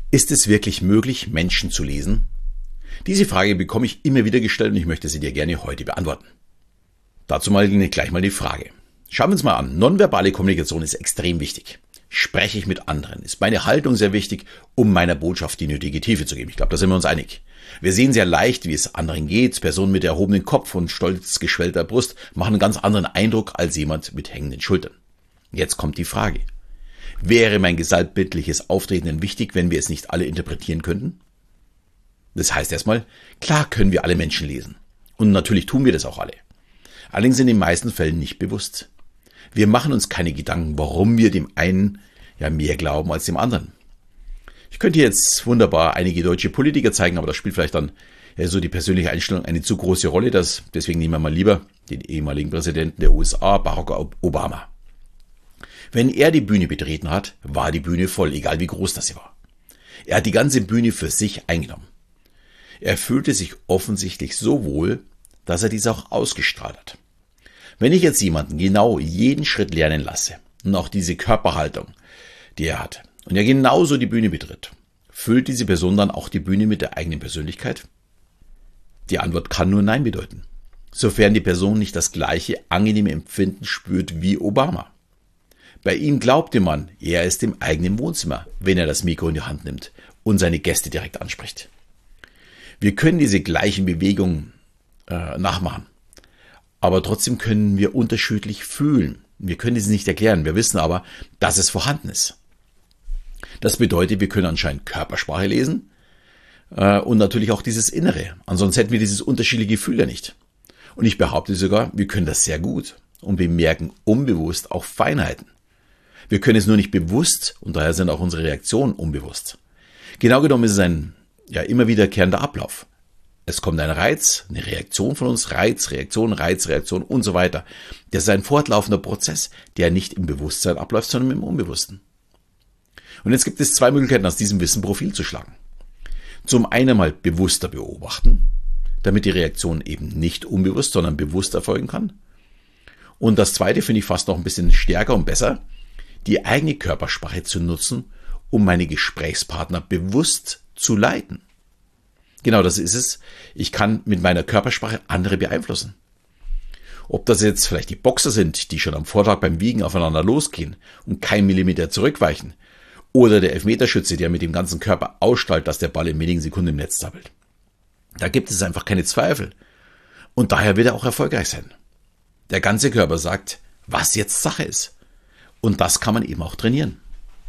Ist es wirklich möglich, Menschen zu lesen? Diese Frage bekomme ich immer wieder gestellt und ich möchte sie dir gerne heute beantworten. Dazu gleich mal die Frage. Schauen wir uns mal an. Nonverbale Kommunikation ist extrem wichtig. Spreche ich mit anderen? Ist meine Haltung sehr wichtig, um meiner Botschaft die nötige Tiefe zu geben? Ich glaube, da sind wir uns einig. Wir sehen sehr leicht, wie es anderen geht. Personen mit erhobenem Kopf und stolz geschwellter Brust machen einen ganz anderen Eindruck als jemand mit hängenden Schultern. Jetzt kommt die Frage. Wäre mein gesamtbildliches Auftreten denn wichtig, wenn wir es nicht alle interpretieren könnten? Das heißt erstmal, klar können wir alle Menschen lesen. Und natürlich tun wir das auch alle. Allerdings in den meisten Fällen nicht bewusst. Wir machen uns keine Gedanken, warum wir dem einen mehr glauben als dem anderen. Ich könnte jetzt wunderbar einige deutsche Politiker zeigen, aber das spielt vielleicht dann so die persönliche Einstellung eine zu große Rolle. Deswegen nehmen wir mal lieber den ehemaligen Präsidenten der USA, Barack Obama. Wenn er die Bühne betreten hat, war die Bühne voll, egal wie groß das sie war. Er hat die ganze Bühne für sich eingenommen. Er fühlte sich offensichtlich so wohl, dass er dies auch ausgestrahlt hat. Wenn ich jetzt jemanden genau jeden Schritt lernen lasse und auch diese Körperhaltung, die er hat, und er genauso die Bühne betritt, füllt diese Person dann auch die Bühne mit der eigenen Persönlichkeit? Die Antwort kann nur Nein bedeuten, sofern die Person nicht das gleiche angenehme Empfinden spürt wie Obama. Bei ihm glaubte man, er ist im eigenen Wohnzimmer, wenn er das Mikro in die Hand nimmt und seine Gäste direkt anspricht. Wir können diese gleichen Bewegungen nachmachen, aber trotzdem können wir unterschiedlich fühlen. Wir können es nicht erklären, wir wissen aber, dass es vorhanden ist. Das bedeutet, wir können anscheinend Körpersprache lesen und natürlich auch dieses Innere. Ansonsten hätten wir dieses unterschiedliche Gefühl ja nicht. Und ich behaupte sogar, wir können das sehr gut und bemerken unbewusst auch Feinheiten. Wir können es nur nicht bewusst und daher sind auch unsere Reaktionen unbewusst. Genau genommen ist es ein immer wiederkehrender Ablauf. Es kommt ein Reiz, eine Reaktion von uns, Reiz, Reaktion und so weiter. Das ist ein fortlaufender Prozess, der nicht im Bewusstsein abläuft, sondern im Unbewussten. Und jetzt gibt es zwei Möglichkeiten, aus diesem Wissen Profil zu schlagen. Zum einen mal bewusster beobachten, damit die Reaktion eben nicht unbewusst, sondern bewusst erfolgen kann. Und das zweite finde ich fast noch ein bisschen stärker und besser, die eigene Körpersprache zu nutzen, um meine Gesprächspartner bewusst zu leiten. Genau das ist es. Ich kann mit meiner Körpersprache andere beeinflussen. Ob das jetzt vielleicht die Boxer sind, die schon am Vortag beim Wiegen aufeinander losgehen und keinen Millimeter zurückweichen, oder der Elfmeterschütze, der mit dem ganzen Körper ausstrahlt, dass der Ball in wenigen Sekunden im Netz zappelt. Da gibt es einfach keine Zweifel. Und daher wird er auch erfolgreich sein. Der ganze Körper sagt, was jetzt Sache ist. Und das kann man eben auch trainieren.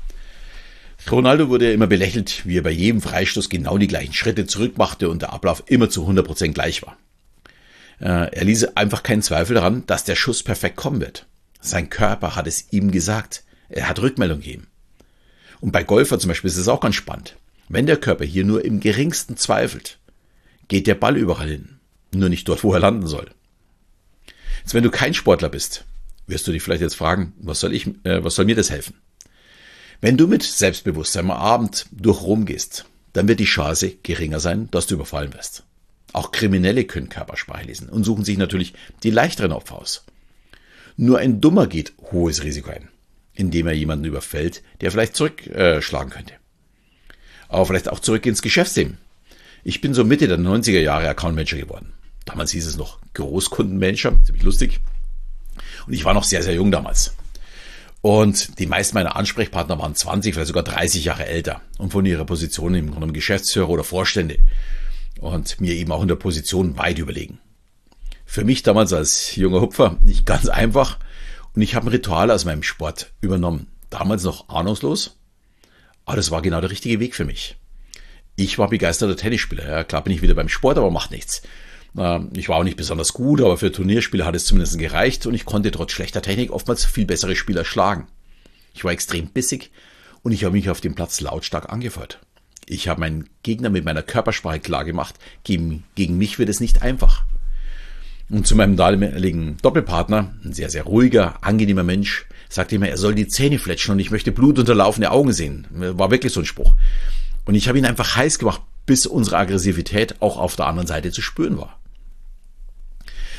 Ronaldo wurde ja immer belächelt, wie er bei jedem Freistoß genau die gleichen Schritte zurückmachte und der Ablauf immer zu 100% gleich war. Er ließ einfach keinen Zweifel daran, dass der Schuss perfekt kommen wird. Sein Körper hat es ihm gesagt. Er hat Rückmeldung gegeben. Und bei Golfern zum Beispiel ist es auch ganz spannend. Wenn der Körper hier nur im geringsten zweifelt, geht der Ball überall hin. Nur nicht dort, wo er landen soll. Jetzt, wenn du kein Sportler bist, wirst du dich vielleicht jetzt fragen, was soll mir das helfen? Wenn du mit Selbstbewusstsein am Abend durch Rom gehst, dann wird die Chance geringer sein, dass du überfallen wirst. Auch Kriminelle können Körpersprache lesen und suchen sich natürlich die leichteren Opfer aus. Nur ein Dummer geht hohes Risiko ein, indem er jemanden überfällt, der vielleicht zurückschlagen könnte. Aber vielleicht auch zurück ins Geschäftsleben. Ich bin so Mitte der 90er Jahre Account-Manager geworden. Damals hieß es noch Großkundenmanager, ziemlich lustig. Und ich war noch sehr, sehr jung damals. Und die meisten meiner Ansprechpartner waren 20, vielleicht sogar 30 Jahre älter und von ihrer Position im Grunde Geschäftsführer oder Vorstände und mir eben auch in der Position weit überlegen. Für mich damals als junger Hupfer nicht ganz einfach und ich habe ein Ritual aus meinem Sport übernommen. Damals noch ahnungslos, aber das war genau der richtige Weg für mich. Ich war begeisterter Tennisspieler. Ja, klar bin ich wieder beim Sport, aber macht nichts. Ich war auch nicht besonders gut, aber für Turnierspiele hat es zumindest gereicht und ich konnte trotz schlechter Technik oftmals viel bessere Spieler schlagen. Ich war extrem bissig und ich habe mich auf dem Platz lautstark angefeuert. Ich habe meinen Gegner mit meiner Körpersprache klar gemacht, gegen mich wird es nicht einfach. Und zu meinem damaligen Doppelpartner, ein sehr, sehr ruhiger, angenehmer Mensch, sagte immer, er soll die Zähne fletschen und ich möchte blutunterlaufene Augen sehen. War wirklich so ein Spruch. Und ich habe ihn einfach heiß gemacht, bis unsere Aggressivität auch auf der anderen Seite zu spüren war.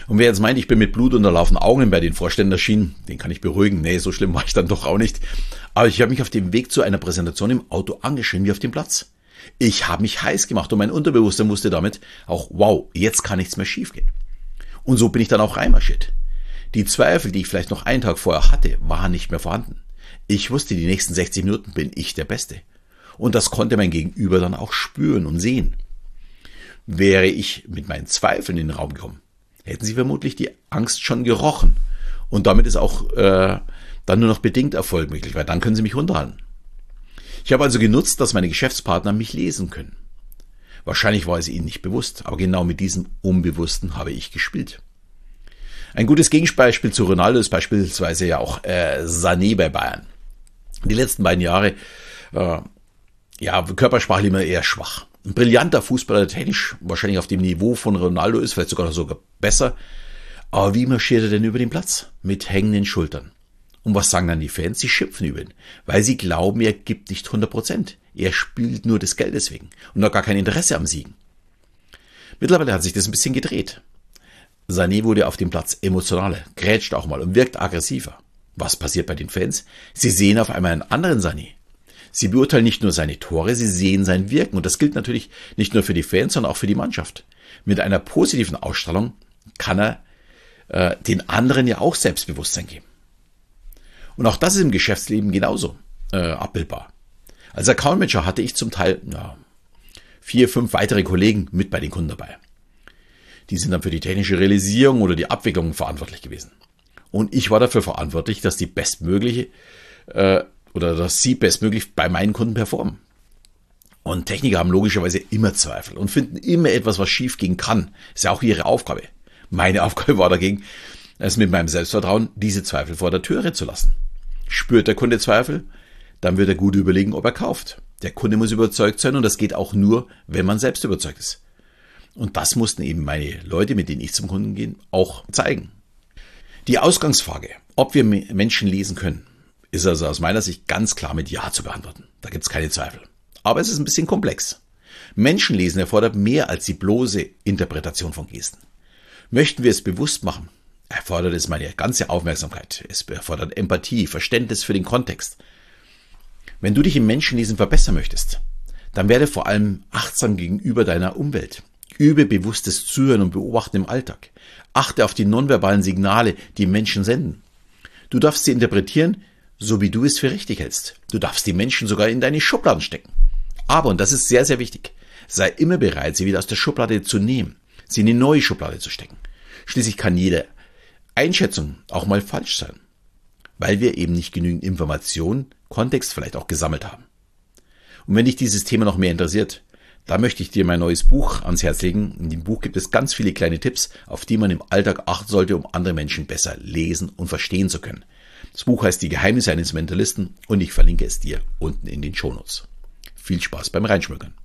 Und wer jetzt meint, ich bin mit blutunterlaufenen Augen bei den Vorständen erschienen, den kann ich beruhigen. Nee, so schlimm war ich dann doch auch nicht. Aber ich habe mich auf dem Weg zu einer Präsentation im Auto angeschrien wie auf dem Platz. Ich habe mich heiß gemacht und mein Unterbewusstsein wusste damit auch, wow, jetzt kann nichts mehr schiefgehen. Und so bin ich dann auch reinmarschiert. Die Zweifel, die ich vielleicht noch einen Tag vorher hatte, waren nicht mehr vorhanden. Ich wusste, die nächsten 60 Minuten bin ich der Beste. Und das konnte mein Gegenüber dann auch spüren und sehen. Wäre ich mit meinen Zweifeln in den Raum gekommen, hätten sie vermutlich die Angst schon gerochen. Und damit ist auch dann nur noch bedingt Erfolg möglich, weil dann können sie mich runterhalten. Ich habe also genutzt, dass meine Geschäftspartner mich lesen können. Wahrscheinlich war es ihnen nicht bewusst, aber genau mit diesem Unbewussten habe ich gespielt. Ein gutes Gegenbeispiel zu Ronaldo ist beispielsweise ja auch Sané bei Bayern. Die letzten beiden Jahre körpersprachlich immer eher schwach. Ein brillanter Fußballer, der technisch wahrscheinlich auf dem Niveau von Ronaldo ist, vielleicht sogar besser. Aber wie marschiert er denn über den Platz? Mit hängenden Schultern. Und was sagen dann die Fans? Sie schimpfen über ihn, weil sie glauben, er gibt nicht 100%. Er spielt nur des Geldes wegen und hat gar kein Interesse am Siegen. Mittlerweile hat sich das ein bisschen gedreht. Sané wurde auf dem Platz emotionaler, grätscht auch mal und wirkt aggressiver. Was passiert bei den Fans? Sie sehen auf einmal einen anderen Sané. Sie beurteilen nicht nur seine Tore, sie sehen sein Wirken. Und das gilt natürlich nicht nur für die Fans, sondern auch für die Mannschaft. Mit einer positiven Ausstrahlung kann er den anderen ja auch Selbstbewusstsein geben. Und auch das ist im Geschäftsleben genauso abbildbar. Als Account Manager hatte ich zum Teil 4, 5 weitere Kollegen mit bei den Kunden dabei. Die sind dann für die technische Realisierung oder die Abwicklung verantwortlich gewesen. Und ich war dafür verantwortlich, dass sie bestmöglich bei meinen Kunden performen. Und Techniker haben logischerweise immer Zweifel und finden immer etwas, was schief gehen kann. Ist ja auch ihre Aufgabe. Meine Aufgabe war dagegen, es mit meinem Selbstvertrauen, diese Zweifel vor der Türe zu lassen. Spürt der Kunde Zweifel, dann wird er gut überlegen, ob er kauft. Der Kunde muss überzeugt sein und das geht auch nur, wenn man selbst überzeugt ist. Und das mussten eben meine Leute, mit denen ich zum Kunden gehe, auch zeigen. Die Ausgangsfrage, ob wir Menschen lesen können, ist also aus meiner Sicht ganz klar mit Ja zu beantworten. Da gibt es keine Zweifel. Aber es ist ein bisschen komplex. Menschenlesen erfordert mehr als die bloße Interpretation von Gesten. Möchten wir es bewusst machen, erfordert es meine ganze Aufmerksamkeit. Es erfordert Empathie, Verständnis für den Kontext. Wenn du dich im Menschenlesen verbessern möchtest, dann werde vor allem achtsam gegenüber deiner Umwelt. Übe bewusstes Zuhören und Beobachten im Alltag. Achte auf die nonverbalen Signale, die Menschen senden. Du darfst sie interpretieren, so wie du es für richtig hältst. Du darfst die Menschen sogar in deine Schubladen stecken. Aber, und das ist sehr, sehr wichtig, sei immer bereit, sie wieder aus der Schublade zu nehmen, sie in eine neue Schublade zu stecken. Schließlich kann jede Einschätzung auch mal falsch sein, weil wir eben nicht genügend Informationen, Kontext vielleicht auch gesammelt haben. Und wenn dich dieses Thema noch mehr interessiert, da möchte ich dir mein neues Buch ans Herz legen. In dem Buch gibt es ganz viele kleine Tipps, auf die man im Alltag achten sollte, um andere Menschen besser lesen und verstehen zu können. Das Buch heißt Die Geheimnisse eines Mentalisten und ich verlinke es dir unten in den Shownotes. Viel Spaß beim Reinschmökern.